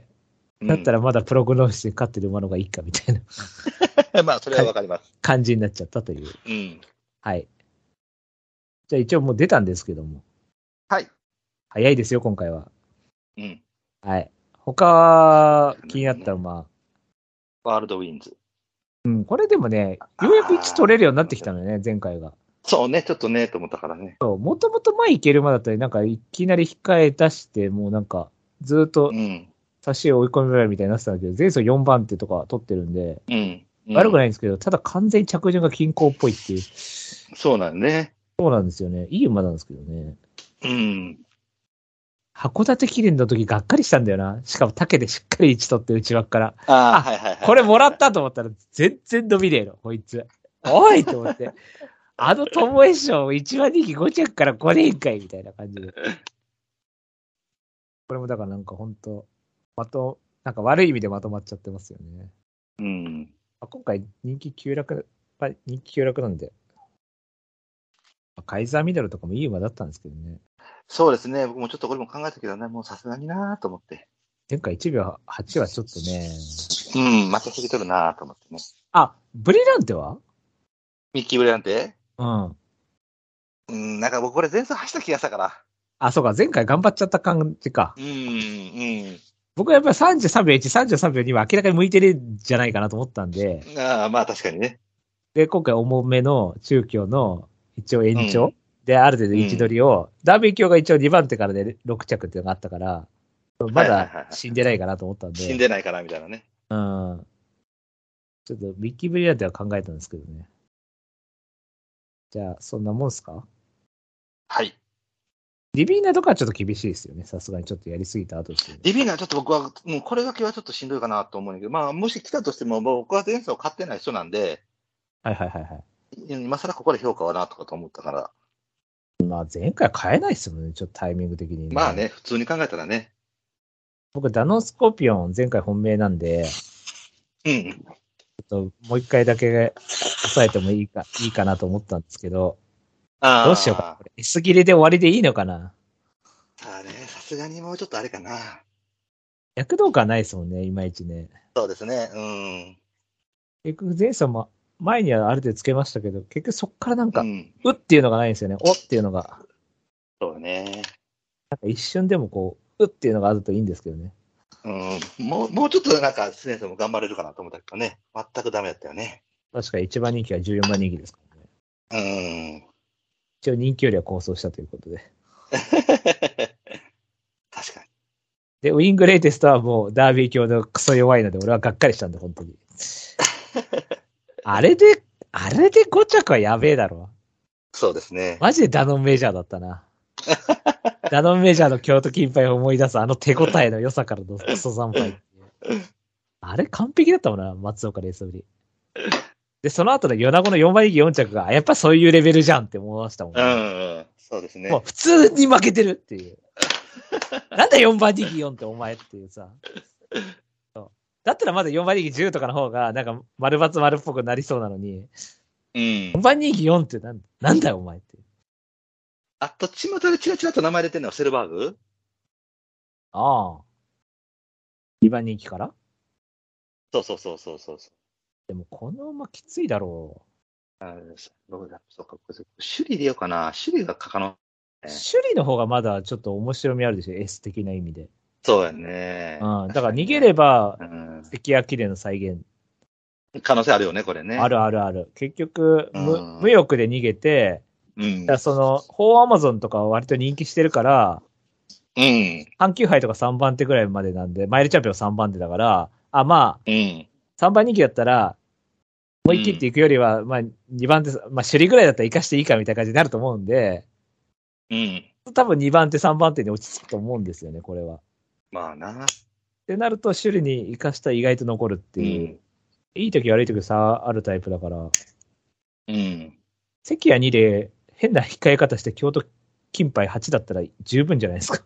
うんだったらまだプログノーシスで勝ってる馬の方がいいかみたいなまあ、それはわかります。 感じになっちゃったという。 うん。 はい。じゃあ一応もう出たんですけども。 はい。 早いですよ、今回は。 うん。 はい。他、気になった馬。 ワールドウィンズ。 うん、これでもね、ようやくいち取れるようになってきたのよね、前回が。 そうね、ちょっとね、と思ったからね。 そう、もともと前行ける馬だったり、なんかいきなり控え出して、もうなんか、ずっとうん。 差しを追い込められるみたいになってたんだけど、前走よんばん手とか取ってるんで、 うん。うん、 悪くないんですけど、ただ完全に着順が均衡っぽいっていう。 そうなんね。 そうなんですよね。いい馬なんですけどね。 うん。 函館記念の時がっかりしたんだよな。しかも竹でしっかり位置取って内枠から。 ああ、 あはいはいはい。 これもらったと思ったら全然伸びねえの、こいつ。おいと思って。あの友江賞いちばん人気ご着からごねんかいみたいな感じで。これもだからなんか本当まと、なんか悪い意味でまとまっちゃってますよね。 うん。 あ今回人気急落、まあ人気急落なんで。カイザーミドルとかもいい馬だったんですけどね。 そうですね。僕もちょっとこれも考えたけどね、もうさすがになーと思って。 前回いちびょうはちはちょっとね。 うん、負けすぎとるなーと思ってね。 あ、ブリランテはミッキー・ブレなんてうん。 うん、なんか僕これ前走走った気がしたから。 あ、そうか、前回頑張っちゃった感じか。 うん、うん。 僕はやっぱりさんじゅうさんびょういち、さんじゅうさんびょうには明らかに向いてるんじゃないかなと思ったんで、 ああ、まあ確かにね。 で、今回重めの中京の一応延長、 うんで、ある程度位置取りを、ダービー卿が一応にばん手からでろく着っていうのがあったから、まはいはいはいはいだ死んでないかなと思ったんで、 死んでないかな、みたいなね。 うん。ちょっとミッキー・ブリランテは考えたんですけどね。じゃあ、そんなもんすか？ はい。 リビーナとかはちょっと厳しいですよね。さすがにちょっとやりすぎた後ですよね。 リビーナはちょっと僕は、もうこれだけはちょっとしんどいかなと思うんだけど、まあ、もし来たとしても、僕は前走を買ってない人なんで、 はいはいはいはい。 今更ここで評価はなとかと思ったから。 まあ前回買えないですもんね。ちょっとタイミング的に、ね。 まあね、普通に考えたらね。 僕、ダノンスコーピオン前回本命なんで、 うん。 ちょっともう一回だけ抑えてもいいか、いいかなと思ったんですけど、 ああ。 どうしようか。これ S 切れで終わりでいいのかな。 あれ、さすがにもうちょっとあれかな。 躍動感ないですもんね、いまいちね。 そうですね。うん。 結局前走も前にはある程度つけましたけど、結局そっからなんか、 う、 うんっていうのがないんですよね。おっていうのが。 そうね。 なんか一瞬でもこう、うっていうのがあるといいんですけどね。 うん。もう、もうちょっとなんか、スネーも頑張れるかなと思ったけどね。全くダメだったよね。 確かいちばん人気はじゅうよんばん人気ですからね。 うん。 一応人気よりは構想したということで。 確かに。 で、ウィングレイテストはもうダービー卿のクソ弱いので、俺はがっかりしたんだ、本当に。あれで、あれでご着はやべえだろ。 そうですね。 マジでダノンメジャーだったな。ダノンメジャーの京都金杯を思い出すあの手応えの良さからのクソ惨敗っていう。あれ完璧だったもんな、松岡レースぶり。で、その後の米子のよんばん人気よん着が、やっぱそういうレベルじゃんって思いましたもんね。 うん、うん。そうですね。 もう普通に負けてるっていう。なんだよんばん人気よんってお前っていうさ。そうだったらまだよんばん人気じゅうとかの方が、なんか丸×丸っぽくなりそうなのに、 うんよん。ばん人気よんってなん、なんだよお前って。 あと、巷でチラチラと名前出てるのはセルバーグああ。にばん人気からそうそうそうそうそう。 でもこの馬きついだろあどうだそうか。首里でようかな。首里が可能首里の方がまだちょっと面白みあるでしょ、S 的な意味で。 そうやね。 うん。だから逃げれば、 うん、 関谷記念の再現。 可能性あるよね、これね。 あるあるある。結局、無うん、 無欲で逃げて、 うん。 だからその、フォーアマゾンとかは割と人気してるから、 うん。 阪急杯とかさんばん手ぐらいまでなんで、マイルチャンピオンさんばん手だから、あ、まあ、 うん。 さんばん人気だったら、思い切っていくよりは、まあ、にばん手、まあ、首里ぐらいだったら生かしていいかみたいな感じになると思うんで、 うん。 多分にばん手、さんばん手に落ち着くと思うんですよね、これは。 まあな。 ってなると、首里に生かしたら意外と残るっていう、うん、いい時悪い時差あるタイプだから、 うん。 関谷にで変な控え方して京都金杯はちだったら十分じゃないですか。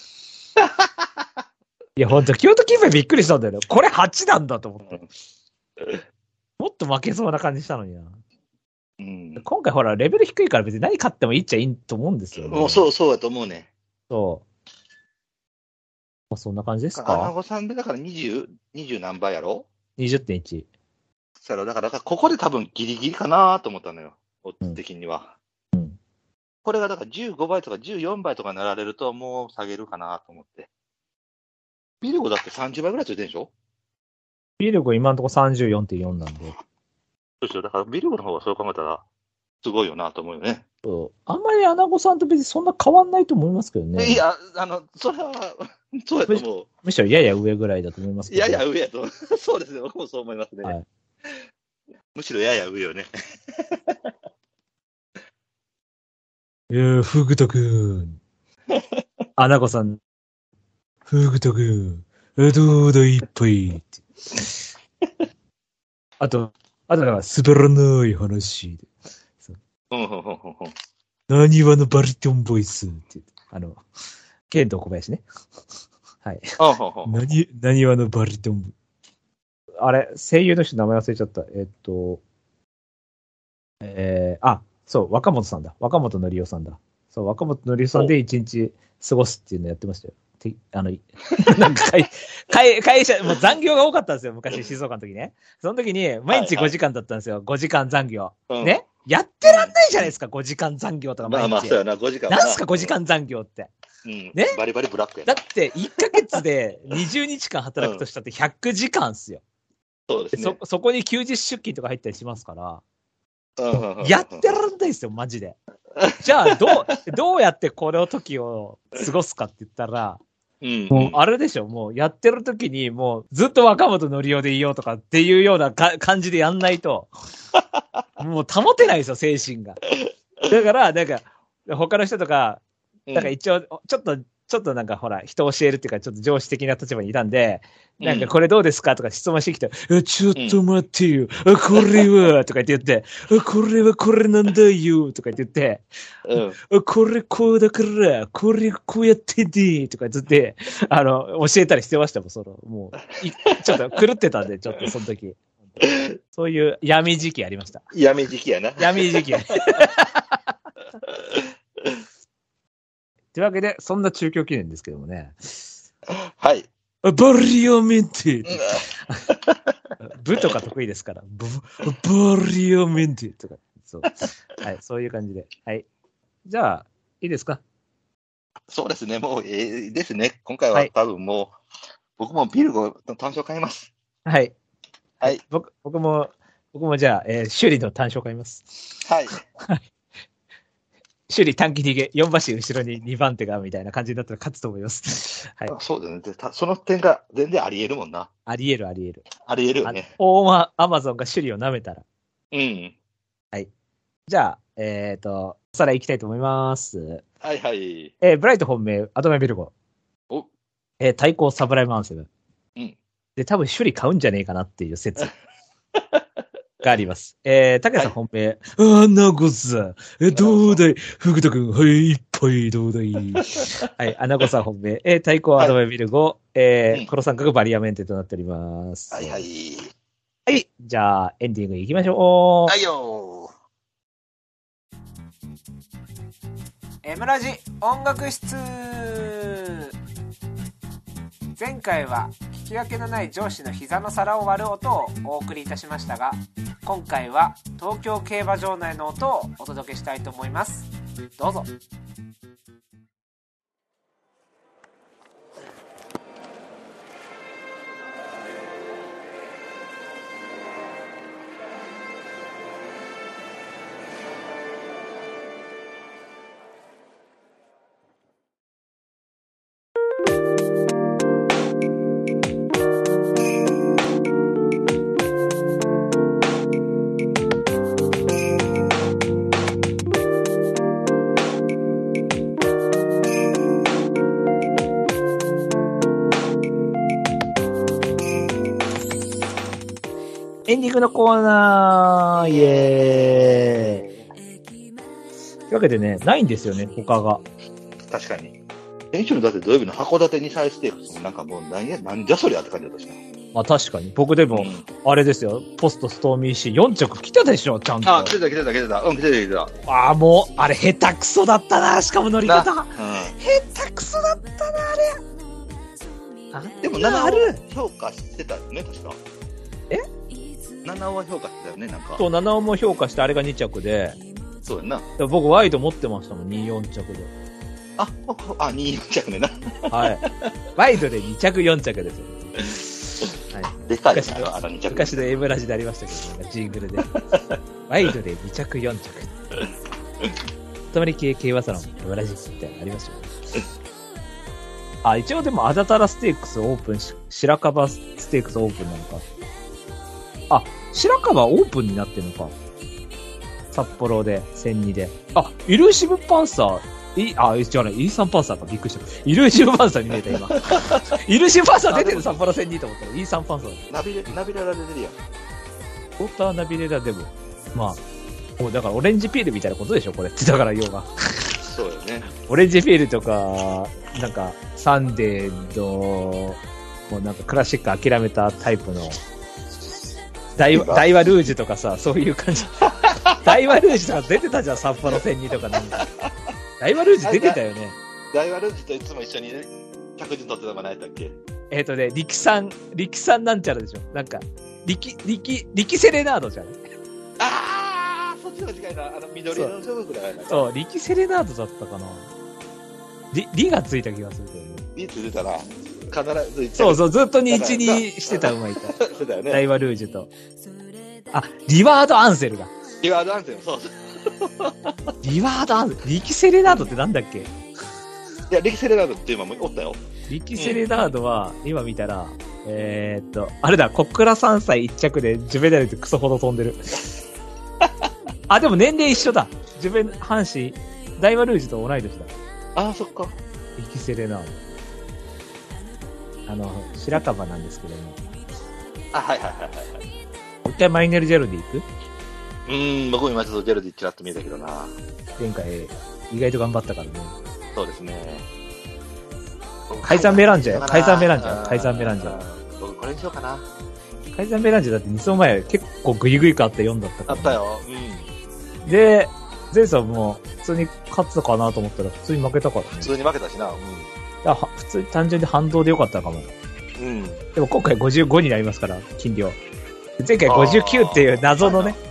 いや、ほんと、京都金杯びっくりしたんだよね。これはちなんだと思って。もっと負けそうな感じしたのにな。うん、今回ほら、レベル低いから別に何勝ってもいいっちゃいいと思うんですよね。 もうそう、そうだと思うね。 そう。まあ、そんな感じですか。 アナゴさんでだからにじゅう、にじゅう何倍やろ ? にじゅってんいち。 そうやろ、だから、ここで多分ギリギリかなと思ったのよ。オッズ的には。うん。これがだからじゅうごばいとかじゅうよんばいとかなられるともう下げるかなと思って。ビルゴだってさんじゅうばいぐらいついてるでしょ？ ビルゴ今のところ さんじゅうよんてんよん なんで。そうですよ。だからビルゴの方がそう考えたらすごいよなと思うよね。 そう。あんまりアナゴさんと別にそんな変わんないと思いますけどね。 いや、あの、それは、そうやと思う。 むしろやや上ぐらいだと思いますけど。 やや上やと思う。そうですね。僕もそう思いますね。はい、むしろやや上よね。 いや、フグタくん。アナゴさん。フグタくん。どうだいっぱいって。あと、あとなんか滑らない話で。なにわのバリトンボイスって。あの、ケント小林ね。はい。なに、なにわのバリトン。あれ、声優の人名前忘れちゃった。えっと、えー、あ、そう、若本さんだ。若本のりおさんだ。そう、若本のりおさんで一日過ごすっていうのやってましたよ。てあの、なんか会、会、会社、もう残業が多かったんですよ、昔、静岡の時ね。その時に、毎日ごじかんだったんですよ、はいはい、ごじかん残業。うん、ねやってらんないじゃないですか、ごじかん残業とか毎日。 まあまあ、そうやな、ごじかん。 なんすか、ごじかん残業って。 うん、ねバリバリブラックやだって、いっかげつでにじゅうにちかん働くとしたってひゃくじかんっすよ。 そうですね。 そ、そこに休日出勤とか入ったりしますから、やってらんないですよ、マジで。じゃあ、どう、どうやってこの時を過ごすかって言ったら、うんうん、もう、あれでしょ、もう、やってる時に、もう、ずっと若本のりおでいようとかっていうようなか感じでやんないと、もう保てないですよ、精神が。だから、なんか、他の人とか、なんか一応、ちょっと、ちょっとなんかほら、人を教えるっていうか、ちょっと上司的な立場にいたんで、なんかこれどうですかとか質問してきて、うん、ちょっと待ってよ、うん、これはとか言って言って、これはこれなんだよとか言って、うん、これこうだから、これこうやってでとか言って、あの、教えたりしてましたもん、その、もう、ちょっと狂ってたんで、ちょっとその時。そういう闇時期ありました。 闇時期やな。 闇時期。というわけで、そんな中京記念ですけどもね。 はい。 バリアメンテ部とか得意ですから。バリアメンテとか。そう。はい、そういう感じで。はい。じゃあ、いいですか？ そうですね。もう、ええですね。今回は多分もう、はい、僕もビルゴの単勝買います。 はい。 はい。 僕、僕も、僕もじゃあ、えー、首里の単勝買います。 はい。 はい。首里短期逃げ、よんばし後ろににばん手がみたいな感じになったら勝つと思います。はい。 そうだね。その点が全然あり得るもんな。 あり得るあり得る。 あり得るよね。 大間アマゾンが首里を舐めたら。 うん。 はい。じゃあ、えっ、ー、と、おさらい行きたいと思います。 はいはい。 えー、ブライト本命、アドメビルゴ。 おえー、対抗サブライムアンセム。 うん。 で、多分首里買うんじゃねえかなっていう説。があります。えー、竹さん本命。あ、なごさん。え、どうだいふぐとくん。はい、いっぱいどうだいはい、アナゴさん本命。えー、対抗アドメビルゴ。はい、えー、うん、この三角バリアメンテとなっております。 はいはい。 はい、じゃあ、エンディングいきましょう。 はいよー。 エムラジ音楽室。前回は聞き分けのない上司の膝の皿を割る音をお送りいたしましたが、今回は東京競馬場内の音をお届けしたいと思います。どうぞ。 エンディングのコーナー、イエーイ。というわけでね、ないんですよね、他が。 確かに。先週のだって土曜日の函館にさいステークスもなんかもう何や、なんじゃそりゃって感じだったしな。 まあ確かに。僕でも、あれですよ、ポストストーミーシーよん着来たでしょ、ちゃんと。 あ、来てた来てた来てた。うん、来てた来てた。 ああ、もう、あれ下手くそだったな、しかも乗り方。 うん、 下手くそだったな、あれ。 でも、ななお評価してたよね、確か。え ?ななおは評価してたよね、なんか。 そう、ななおも評価して、あれがに着で。 そうやな。 僕、ワイド持ってましたもん、に、よん着で。 あ、あ、に、よん着ねな。 はい。ワイドでに着、よん着ですよ。はい。 でかいですよ、あのに着。 昔のエムラジでありましたけど、なんかジングルで。ワイドでに着、よん着。たまり系競馬サロン、エムラジみたいなのありましたよね。あ、一応でも、アダタラステークスオープン、白樺ステークスオープンなのか。あ、白樺オープンになってるのか。札幌で、せんにで。あ、イルーシブパンサー、い、あ、違うね、イーサンパンサーか、びっくりした。イルーシブパンサーに見えた、今。イルーシブパンサー出てる札幌せんにと思ったら、イーサンパンサー。 ナビレ、ナビレラ出てるやん。 ウォーターナビレラでも、まあ、もうだからオレンジピールみたいなことでしょ、これって。だから要は。 そうよね。 オレンジピールとか、なんか、サンデーの、もうなんかクラシック諦めたタイプの、大和、大和ルージュとかさ、そういう感じ。大和ルージュとか出てたじゃん、札幌せんにとかなんか。大和ルージュ出てたよね。 大和ルージュといつも一緒にね、着順取ってたのが何やったっけ？ えっとね、力さ力さなんちゃらでしょ。なんか、力、力、力セレナードじゃん。 あー、そっちの違いだ。あの、緑色の所属だよね。 そう、力セレナードだったかな。リ、リがついた気がするけどね。 リついてたら、必ずそうそう、ずっとにいちにしてた馬いた。 そうだよね。 大和ルージュと。あ、リワード・アンセルだ。 リワード・アンセル、そうそう。 リワード・アンセル。リキセレナードってなんだっけ？いや、リキセレナードっていう馬もおったよ。 リキセレナードは、今見たら、えー、っと、あれだ、小倉さんさいいっ着でジュベナルってクソほど飛んでる。あ、でも年齢一緒だ。ジュベ、阪神、大和ルージュと同い年だ。 あー、そっか。 リキセレナード。あの、白樺なんですけども。 あ、はいはいはいはい。 もう一回マイネルジェルで行く？ うーん、僕も今ちょっとジェルディチラッと見えたけどな。 前回、意外と頑張ったからね。 そうですね。 カイザンメランジャーカイザンメランジャーカイザンメランジャー。 僕これにしようかな。 カイザンメランジャーだってに走前結構グイグイ感あったよんだったから、 あったよ。 うん。で、前走も普通に勝つかなと思ったら普通に負けたからね。 普通に負けたしな。うん。 だから普通に単純に反動でよかったかも。 うん。 でも今回ごじゅうごになりますから、斤量。前回ごじゅうきゅうっていう謎のね。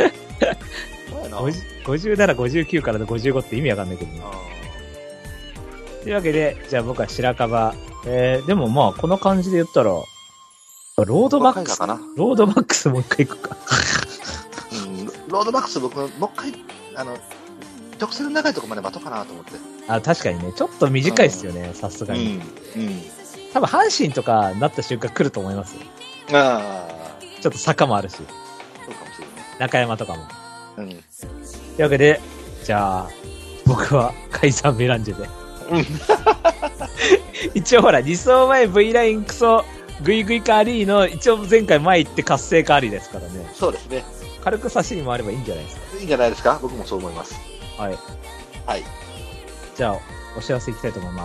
ごじゅうなな、ごじゅうきゅうからのごじゅうごって意味わかんないけどね。というわけで、じゃあ僕は白樺。えー、でもまあ、この感じで言ったら、ロードバックス、ロードバックスもう一回行くか。 うん、ロードバックス僕、もう一回、あの、直線の長いところまで待とうかなと思って。 あ、確かにね、ちょっと短いですよね、さすがに。うん。うん。多分、阪神とかなった瞬間来ると思いますよ。ああ。ちょっと坂もあるし。そうかもしれない。中山とかも。うん。というわけで、じゃあ、僕は、カイザーメランジェで。うん。一応ほら、に走前 V ラインクソ、グイグイカーリーの、一応前回前行って活性カーリーですからね。そうですね。軽く差しに回ればいいんじゃないですか。いいんじゃないですか。僕もそう思います。はい。はい。じゃあ、お知らせいきたいと思います。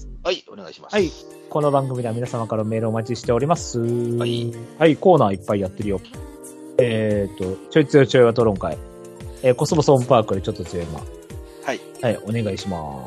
はい、お願いします。はい。この番組では皆様からメールをお待ちしております。はい。はい、コーナーいっぱいやってるよ。えっ、ー、と、ちょい強いちょいは討論会。えー、コスモスオンパークでちょっと強い馬。はい。はい、お願いします。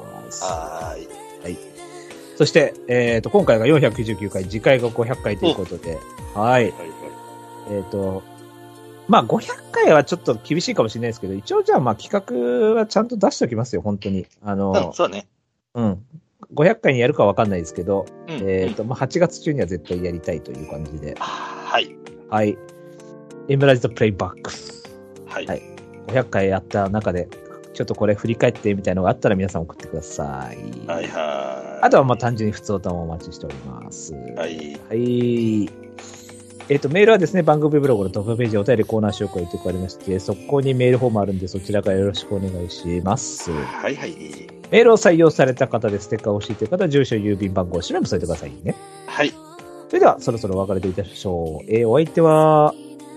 はーい。はい。そして、えっ、ー、と、今回がよんひゃくきゅうじゅうきゅうかい、次回がごひゃっかいということで、はい。はいはい、えっ、ー、と、まあ、ごひゃっかいはちょっと厳しいかもしれないですけど、一応じゃあ、まあ、企画はちゃんと出しておきますよ、本当に。あの、うん、そうね。うん。ごひゃっかいにやるかわかんないですけど、うん、えっ、ー、と、まあ、はちがつ中には絶対やりたいという感じで。はい。はい。エムラジとプレイバックス。はい。はい。ごひゃっかいやった中で、ちょっとこれ振り返ってみたいなのがあったら皆さん送ってください。はいはい。あとはまあ単純に普通歌もお待ちしております。はい。はい。えっ、ー、と、メールはですね、番組ブログのトップページお便りコーナー紹介というかありまして、そこにメールフォームあるんで、そちらからよろしくお願いします。はいはい。メールを採用された方でステッカーを欲しいという方は、住所、郵便番号、氏名も添えてくださいね。はい。それでは、そろそろお別れでいたしましょう。えー、お相手は、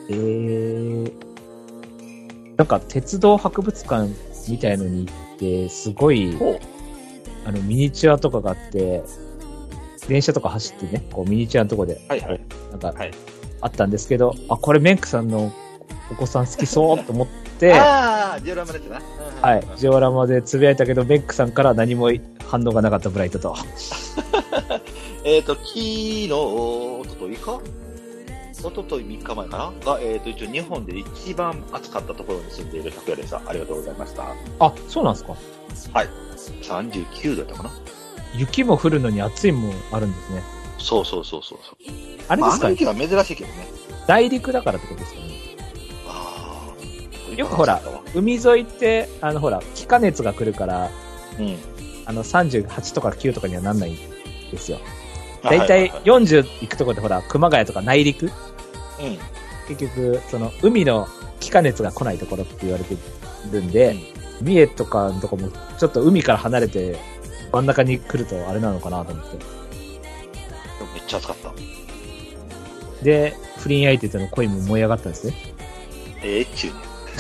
えー、なんか鉄道博物館みたいのに行って、すごい、あの、ミニチュアとかがあって、電車とか走ってね、こうミニチュアのとこで、 はいはい。 なんか、 はい。 あったんですけど、あ、これメンクさんのお子さん好きそうと思って、 ああ、ジオラマですな。 はい、ジオラマでつぶやいたけど、メンクさんから何も反応がなかったブライトと。 えっと、昨日、おとといかおとといみっかまえかなが、えっと、一応日本で一番暑かったところに住んでいる拓也でした。ありがとうございました。 あ、そうなんですか？ はい。さんじゅうきゅうどだったかな。 雪も降るのに暑いもあるんですね。 そうそうそうそう。 あれですかね、 まあ、あの雪は珍しいけどね。 大陸だからってことですかね。 ああ。 よくほら、海沿いって、あのほら、気化熱が来るから、 うん。 あのさんじゅうはちとかきゅうとかにはなんないんですよ。 だだいたいよんじゅう行くところでほら、熊谷とか内陸、 うん。 結局、その海の気化熱が来ないところって言われてるんで、うん、三重とかのとこもちょっと海から離れて真ん中に来るとあれなのかなと思って。 めっちゃ暑かった。 で、不倫相手との恋も燃え上がったんですね。 ええっちゅうね。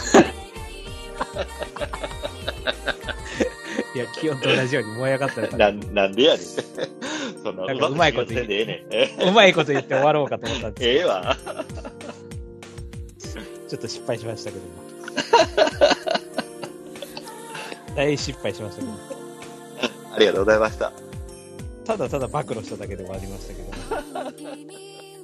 いや、気温と同じように燃え上がったのかな。な、なんでやねん。そんな、 なんかうまいこと言って、 ええねうまいこと言って終わろうかと思ったんですけど。 ええわ。 ちょっと失敗しましたけども。大失敗しましたけど。 ありがとうございました。 ただただ暴露しただけで終わりましたけど。